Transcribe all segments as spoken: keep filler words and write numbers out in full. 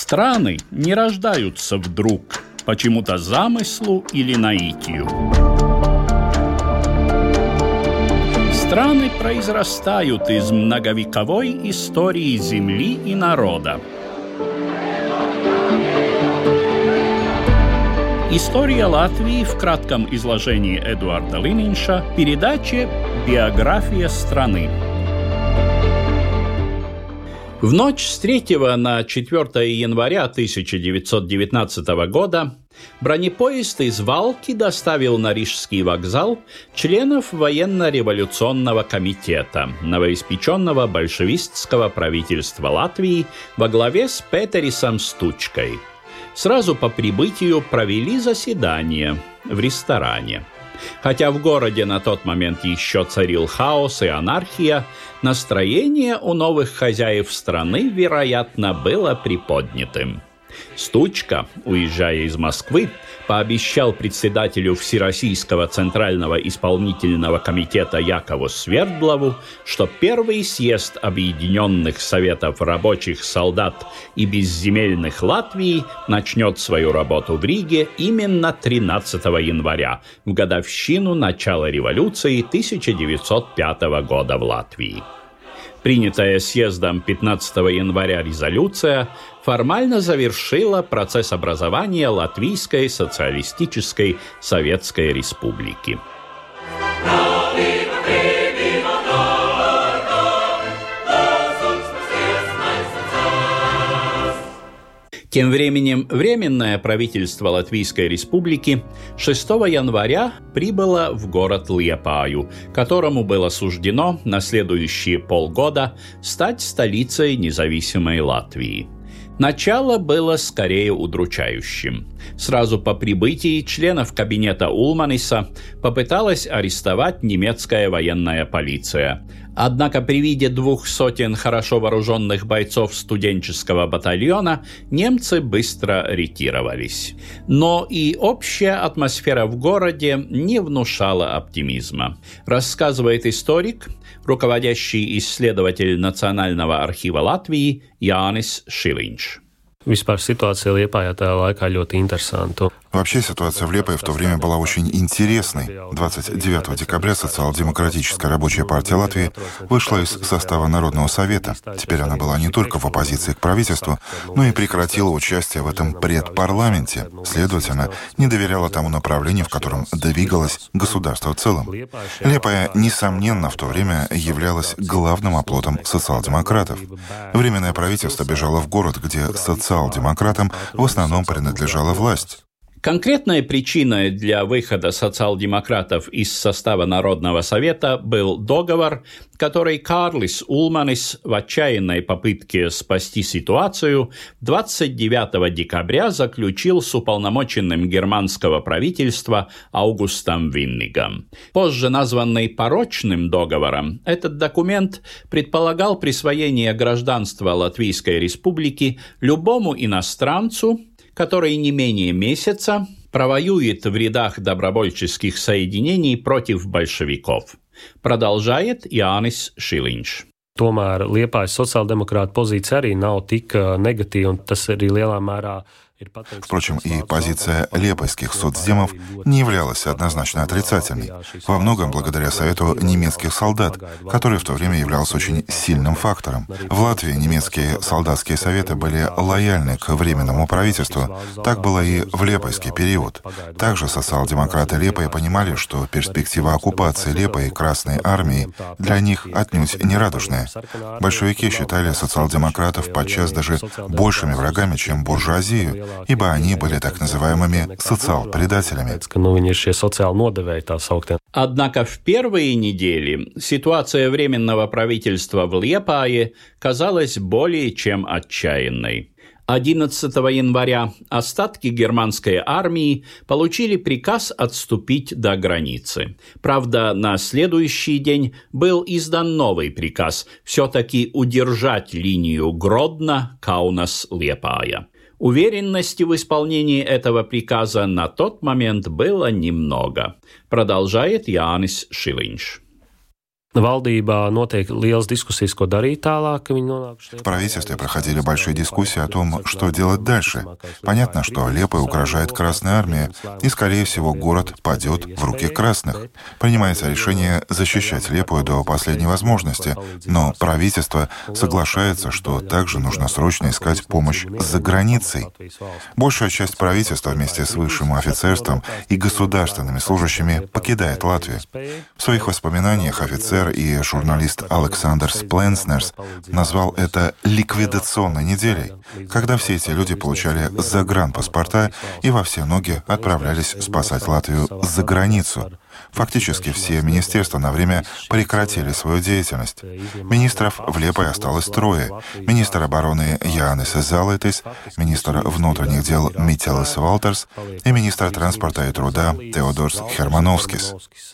Страны не рождаются вдруг, почему-то замыслу или наитию. Страны произрастают из многовековой истории земли и народа. История Латвии в кратком изложении Эдуарда Лининша в передаче «Биография страны». В ночь с третьего на четвёртое января тысяча девятьсот девятнадцатого года бронепоезд из Валки доставил на Рижский вокзал членов военно-революционного комитета новоиспеченного большевистского правительства Латвии во главе с Петерисом Стучкой. Сразу по прибытию провели заседание в ресторане. Хотя в городе на тот момент еще царил хаос и анархия, настроение у новых хозяев страны, вероятно, было приподнятым. Стучка, уезжая из Москвы, пообещал председателю Всероссийского Центрального исполнительного комитета Якову Свердлову, что первый съезд Объединенных Советов рабочих, солдат и безземельных Латвии начнет свою работу в Риге именно тринадцатого января, в годовщину начала революции тысяча девятьсот пятого года в Латвии. Принятая съездом пятнадцатого января резолюция формально завершила процесс образования Латвийской социалистической Советской Республики. Тем временем Временное правительство Латвийской Республики шестого января прибыло в город Лиепаю, которому было суждено на следующие полгода стать столицей независимой Латвии. Начало было скорее удручающим. Сразу по прибытии членов кабинета Улманиса попыталась арестовать немецкая военная полиция. Однако при виде двух сотен хорошо вооруженных бойцов студенческого батальона немцы быстро ретировались. Но и общая атмосфера в городе не внушала оптимизма. Рассказывает историк, руководящий исследователь Национального архива Латвии Jānis Šiliņš. Vispār situācija Liepājā tajā laikā ļoti interesanta. Вообще ситуация в Лиепае в то время была очень интересной. двадцать девятого декабря Социал-демократическая рабочая партия Латвии вышла из состава Народного совета. Теперь она была не только в оппозиции к правительству, но и прекратила участие в этом предпарламенте. Следовательно, не доверяла тому направлению, в котором двигалось государство в целом. Лиепая, несомненно, в то время являлась главным оплотом социал-демократов. Временное правительство бежало в город, где социал-демократам в основном принадлежала власть. Конкретной причиной для выхода социал-демократов из состава Народного совета был договор, который Kārlis Ulmanis в отчаянной попытке спасти ситуацию двадцать девятого декабря заключил с уполномоченным германского правительства Аугустом Виннигом. Позже названный порочным договором, этот документ предполагал присвоение гражданства Латвийской Республики любому иностранцу, который не менее месяца провоюет в рядах добровольческих соединений против большевиков. Продолжает Jānis Šiliņš. Tomēr Liepājas sociāldemokrāta pozīcija arī nav tik negatīva, un tas arī lielā mērā. Впрочем, и позиция лиепайских соцдемов не являлась однозначно отрицательной, во многом благодаря совету немецких солдат, который в то время являлся очень сильным фактором. В Латвии немецкие солдатские советы были лояльны к Временному правительству, так было и в лиепайский период. Также социал-демократы Лиепая понимали, что перспектива оккупации Лиепаи Красной армией для них отнюдь не радужная. Большевики считали социал-демократов подчас даже большими врагами, чем буржуазию, ибо они были так называемыми социал-предателями. Однако в первые недели ситуация Временного правительства в Лиепае казалась более чем отчаянной. одиннадцатого января остатки германской армии получили приказ отступить до границы. Правда, на следующий день был издан новый приказ все-таки удержать линию Гродно-Каунас-Лиепая. Уверенности в исполнении этого приказа на тот момент было немного, продолжает Jānis Šiliņš. Valdībā notiek liels diskusijas, ko darīt tālāk. В правительстве проходили большие дискуссии о том, что делать дальше. Понятно, что Лепой угрожает Красная Армия, и, скорее всего, город падет в руки красных. Принимается решение защищать Лепую до последней возможности, но правительство соглашается, что также нужно срочно искать помощь за границей. Большая часть правительства вместе с высшим офицерством и государственными служащими покидает Латвию. В своих воспоминаниях офицер и журналист Александр Спленснерс назвал это «ликвидационной неделей», когда все эти люди получали загранпаспорта и во все ноги отправлялись спасать Латвию за границу. Фактически все министерства на время прекратили свою деятельность. Министров в Лепой осталось трое. Министр обороны Jānis Zalaitis, министр внутренних дел Мителис Валтерс и министр транспорта и труда Теодорс Хермановскис.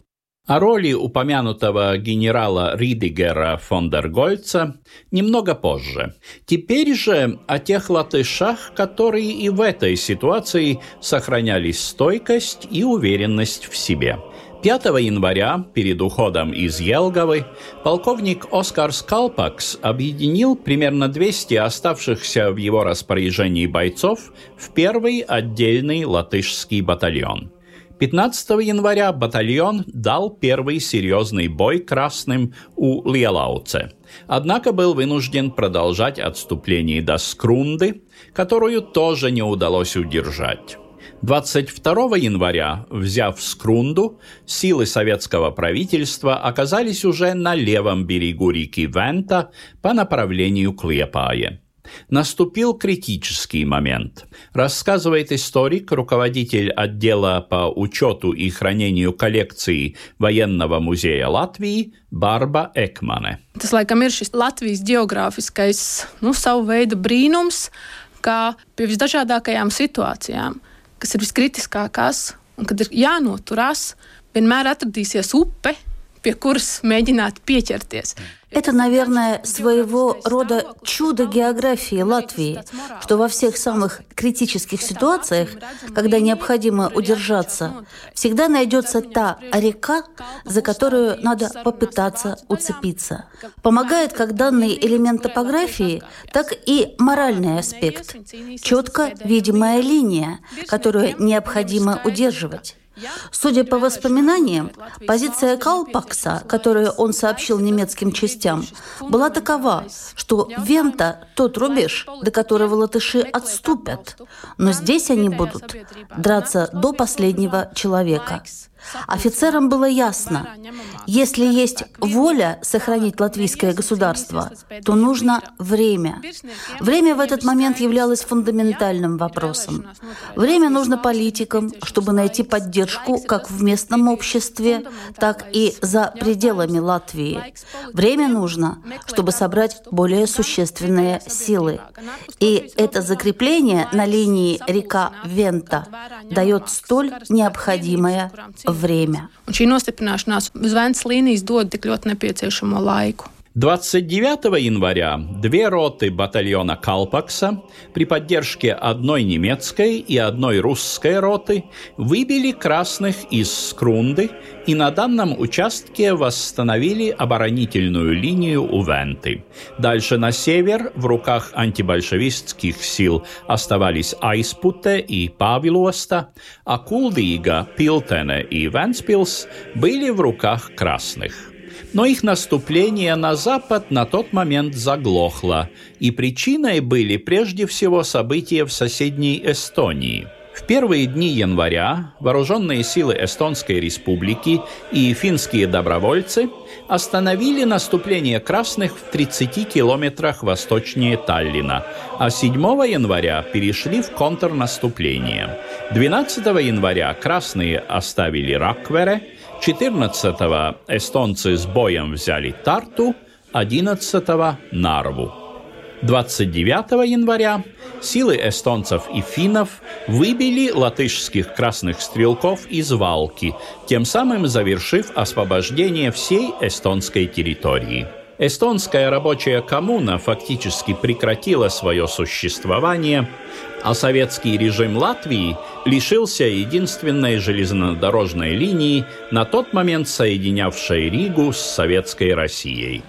О роли упомянутого генерала Ридигера фон дер Гольца немного позже. Теперь же о тех латышах, которые и в этой ситуации сохраняли стойкость и уверенность в себе. пятого января, перед уходом из Елгавы, полковник Оскарс Калпакс объединил примерно двести оставшихся в его распоряжении бойцов в первый отдельный латышский батальон. пятнадцатого января батальон дал первый серьезный бой красным у Lielauce, однако был вынужден продолжать отступление до Скрунды, которую тоже не удалось удержать. двадцать второго января, взяв Скрунду, силы советского правительства оказались уже на левом берегу реки Вента по направлению к Liepāje. Наступил критический момент. Рассказывает историк, руководитель отдела по учету и хранению коллекции Военного музея Латвии Барба Экмане. Tas laikam ir šis Latvijas geogrāfiskais, nu, savu veidu brīnums, kā pie visdažādākajām situācijām, kas ir viskritiskākās, un kad ir jānoturās, vienmēr atradīsies upe, pie kuras mēģināt pieķerties. Это, наверное, своего рода чудо географии Латвии, что во всех самых критических ситуациях, когда необходимо удержаться, всегда найдется та река, за которую надо попытаться уцепиться. Помогает как данный элемент топографии, так и моральный аспект. Четко видимая линия, которую необходимо удерживать. Судя по воспоминаниям, позиция Калпакса, которую он сообщил немецким частям, была такова, что Вента – тот рубеж, до которого латыши отступят, но здесь они будут драться до последнего человека. Офицерам было ясно, если есть воля сохранить латвийское государство, то нужно время. Время в этот момент являлось фундаментальным вопросом. Время нужно политикам, чтобы найти поддержку как в местном обществе, так и за пределами Латвии. Время нужно, чтобы собрать более существенные силы. И это закрепление на линии река-Вента дает столь необходимое время. Un šī nostiprināšanās uz Ventas līnijas dod tik ļoti nepieciešamo laiku. двадцать девятого января две роты батальона Калпакса при поддержке одной немецкой и одной русской роты выбили красных из Скрунды и на данном участке восстановили оборонительную линию у Венты. Дальше на север в руках антибольшевистских сил оставались Айспуте и Павилоста, а Кулдīga, Piltene и Вентспилс были в руках красных. Но их наступление на запад на тот момент заглохло, и причиной были прежде всего события в соседней Эстонии. В первые дни января вооруженные силы Эстонской республики и финские добровольцы остановили наступление красных в тридцати километрах восточнее Таллина, а седьмого января перешли в контрнаступление. двенадцатого января красные оставили Раквере, четырнадцатого эстонцы с боем взяли Тарту, одиннадцатого – Нарву. двадцать девятого января силы эстонцев и финнов выбили латышских красных стрелков из Валки, тем самым завершив освобождение всей эстонской территории. Эстонская рабочая коммуна фактически прекратила свое существование, а советский режим Латвии лишился единственной железнодорожной линии, на тот момент соединявшей Ригу с Советской Россией.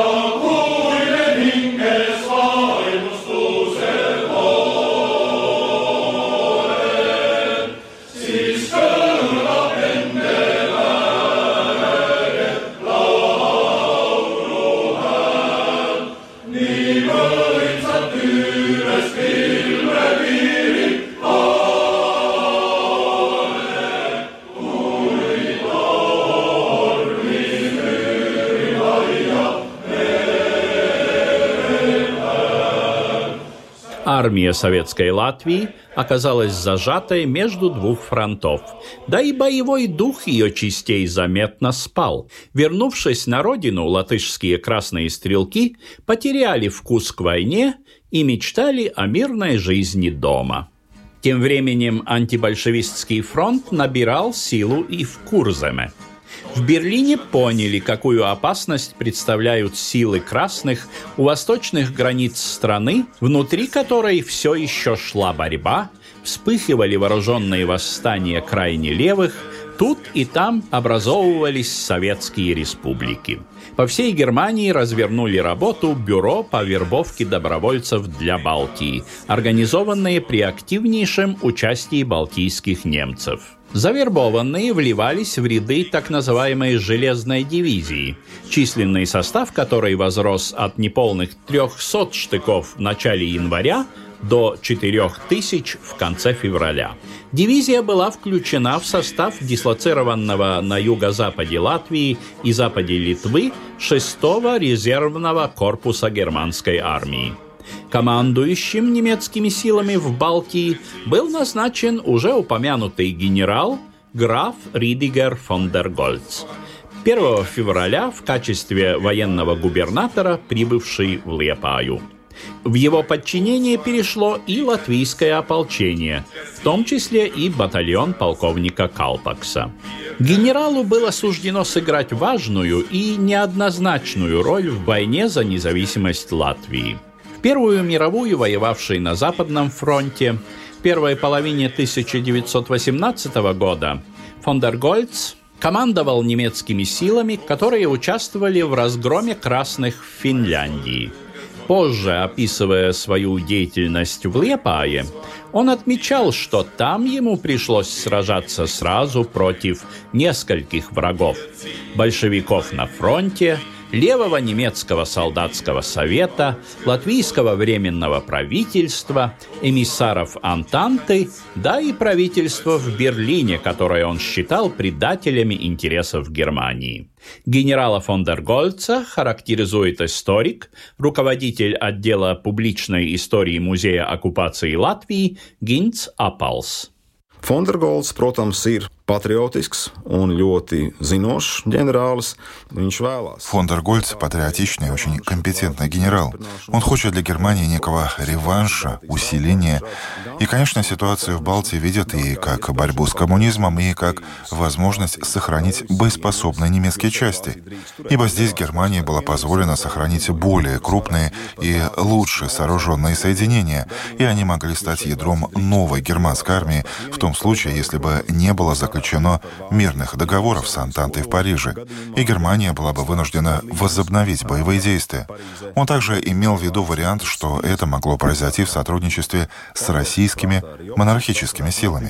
Армия Советской Латвии оказалась зажатой между двух фронтов, да и боевой дух ее частей заметно спал. Вернувшись на родину, латышские красные стрелки потеряли вкус к войне и мечтали о мирной жизни дома. Тем временем антибольшевистский фронт набирал силу и в Курземе. В Берлине поняли, какую опасность представляют силы красных у восточных границ страны, внутри которой все еще шла борьба, вспыхивали вооруженные восстания крайне левых, тут и там образовывались советские республики. По всей Германии развернули работу бюро по вербовке добровольцев для Балтии, организованные при активнейшем участии балтийских немцев. Завербованные вливались в ряды так называемой «железной дивизии», численный состав которой возрос от неполных трехсот штыков в начале января до четырех тысяч в конце февраля. Дивизия была включена в состав дислоцированного на юго-западе Латвии и западе Литвы шестого резервного корпуса германской армии. Командующим немецкими силами в Балтии был назначен уже упомянутый генерал граф Ридигер фон дер Гольц, первого февраля в качестве военного губернатора прибывший в Лиепаю. В его подчинение перешло и латвийское ополчение, в том числе и батальон полковника Калпакса. Генералу было суждено сыграть важную и неоднозначную роль в войне за независимость Латвии. В Первую мировую, воевавшей на Западном фронте, в первой половине тысяча девятьсот восемнадцатого года фон дер Гольц командовал немецкими силами, которые участвовали в разгроме красных в Финляндии. Позже, описывая свою деятельность в Лиепае, он отмечал, что там ему пришлось сражаться сразу против нескольких врагов – большевиков на фронте, левого немецкого солдатского совета, латвийского временного правительства, эмиссаров Антанты, да и правительства в Берлине, которое он считал предателями интересов Германии. Генерала фон дер Гольца характеризует историк, руководитель отдела публичной истории Музея оккупации Латвии Gints Apals. Фон дер Гольц, protams, ir patriotisks un ļoti zinošs ģenerālis. Viņš vēlās. Фон дер Гольц – патриотичный и очень компетентный генерал. Он хочет для Германии некого реванша, усиления. И, конечно, ситуацию в Балтии видят и как борьбу с коммунизмом, и как возможность сохранить боеспособные немецкие части. Ибо здесь Германии было позволено сохранить более крупные и лучше сооруженные соединения, и они могли стать ядром новой германской армии в том случае, если бы не было заключено мирных договоров с Антантой в Париже, и Германия была бы вынуждена возобновить боевые действия. Он также имел в виду вариант, что это могло произойти в сотрудничестве с российскими монархическими силами.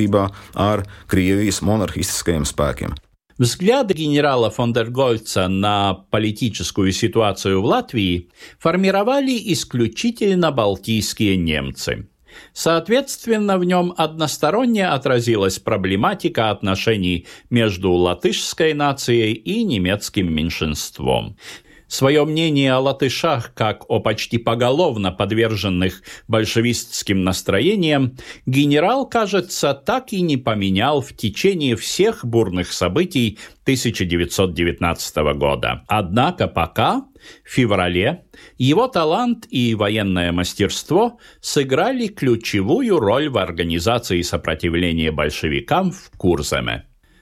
Взгляды генерала фон дер Гольца на политическую ситуацию в Латвии формировали исключительно балтийские немцы. Соответственно, в нем односторонне отразилась проблематика отношений между латышской нацией и немецким меньшинством. Свое мнение о латышах, как о почти поголовно подверженных большевистским настроениям, генерал, кажется, так и не поменял в течение всех бурных событий тысяча девятьсот девятнадцатого года. Однако пока, в феврале, его талант и военное мастерство сыграли ключевую роль в организации сопротивления большевикам в Курземе.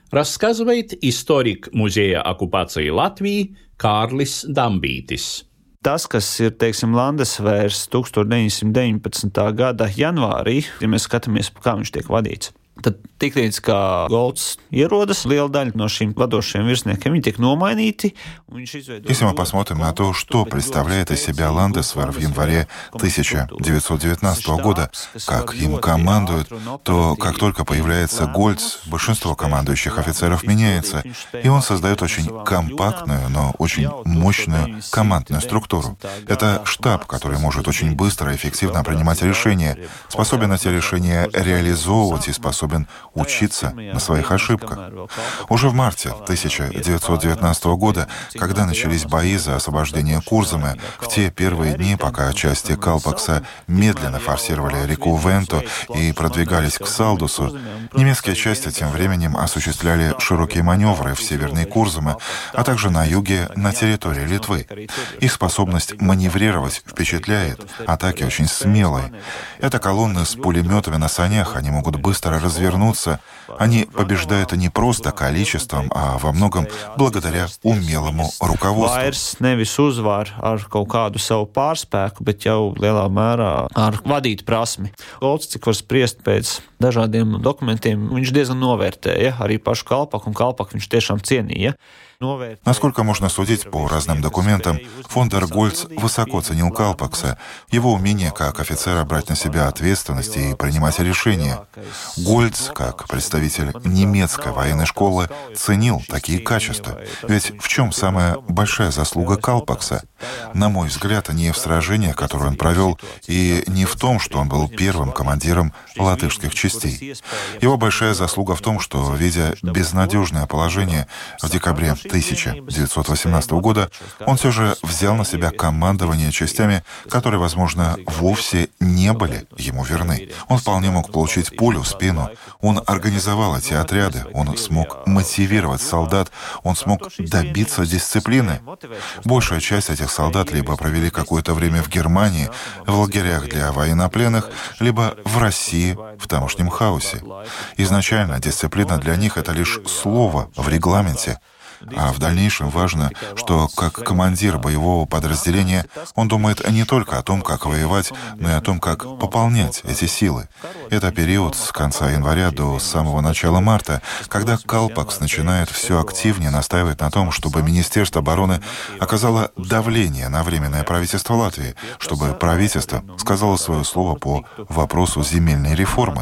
рассказывает историк Музея оккупации Латвии Kārlis Dambītis. Tas, kas ir, teiksim, Landesvērs tukstovs deviņsimt deviņpadsmitā gada janvārī, ja mēs skatāmies, kā viņš tiek vadīts, tad tiklīdz kā Golds ierodas, liela daļa no šīm vadošiem virsniekiem, viņi tiek nomainīti. Если мы посмотрим на то, что представляет из себя Ландесвер в январе тысяча девятьсот девятнадцатого года, как им командуют, то как только появляется Гольц, большинство командующих офицеров меняется, и он создает очень компактную, но очень мощную командную структуру. Это штаб, который может очень быстро и эффективно принимать решения, способен эти решения реализовывать и способен учиться на своих ошибках. Уже в марте тысяча девятьсот девятнадцатого года, когда начались бои за освобождение Курзамы, в те первые дни, пока части Калпакса медленно форсировали реку Венту и продвигались к Салдусу, немецкие части тем временем осуществляли широкие маневры в северной Курзаме, а также на юге на территории Литвы. Их способность маневрировать впечатляет, атаки очень смелые. Это колонны с пулеметами на санях, они могут быстро развиваться, развернуться, они побеждают не просто количеством, а во многом благодаря умелому руководству. Nevis uzvar ar kaut kādu savu pārspēku, bet jau lielā mērā ar vadīt prasmi. Golds, cik var spriest pēc dažādiem dokumentiem, viņš diezgan novērtēja arī pašu Kalpaku, un Kalpaku viņš tiešām cienīja. Насколько можно судить по разным документам, фон дер Гольц высоко ценил Калпакса, его умение как офицера брать на себя ответственность и принимать решения. Гольц, как представитель немецкой военной школы, ценил такие качества. Ведь в чем самая большая заслуга Калпакса? На мой взгляд, не в сражениях, которые он провел, и не в том, что он был первым командиром латышских частей. Его большая заслуга в том, что, видя безнадежное положение в декабре тысяча девятьсот восемнадцатого года, он все же взял на себя командование частями, которые, возможно, вовсе не были ему верны. Он вполне мог получить пулю в спину. Он организовал эти отряды, он смог мотивировать солдат, он смог добиться дисциплины. Большая часть этих солдат либо провели какое-то время в Германии, в лагерях для военнопленных, либо в России, в тамошнем хаосе. Изначально дисциплина для них — это лишь слово в регламенте. А в дальнейшем важно, что как командир боевого подразделения он думает не только о том, как воевать, но и о том, как пополнять эти силы. Это период с конца января до самого начала марта, когда Калпакс начинает все активнее настаивать на том, чтобы Министерство обороны оказало давление на Временное правительство Латвии, чтобы правительство сказало свое слово по вопросу земельной реформы.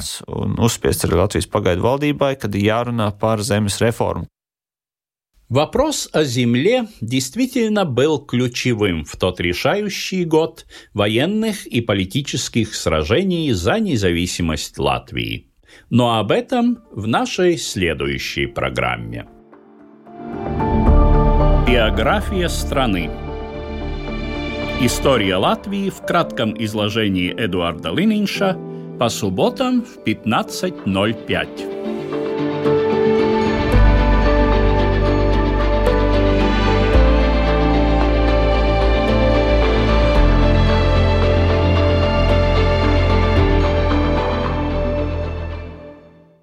Вопрос о земле действительно был ключевым в тот решающий год военных и политических сражений за независимость Латвии. Но об этом в нашей следующей программе. Биография страны. История Латвии в кратком изложении Эдуарда Лининша по субботам в пятнадцать ноль пять.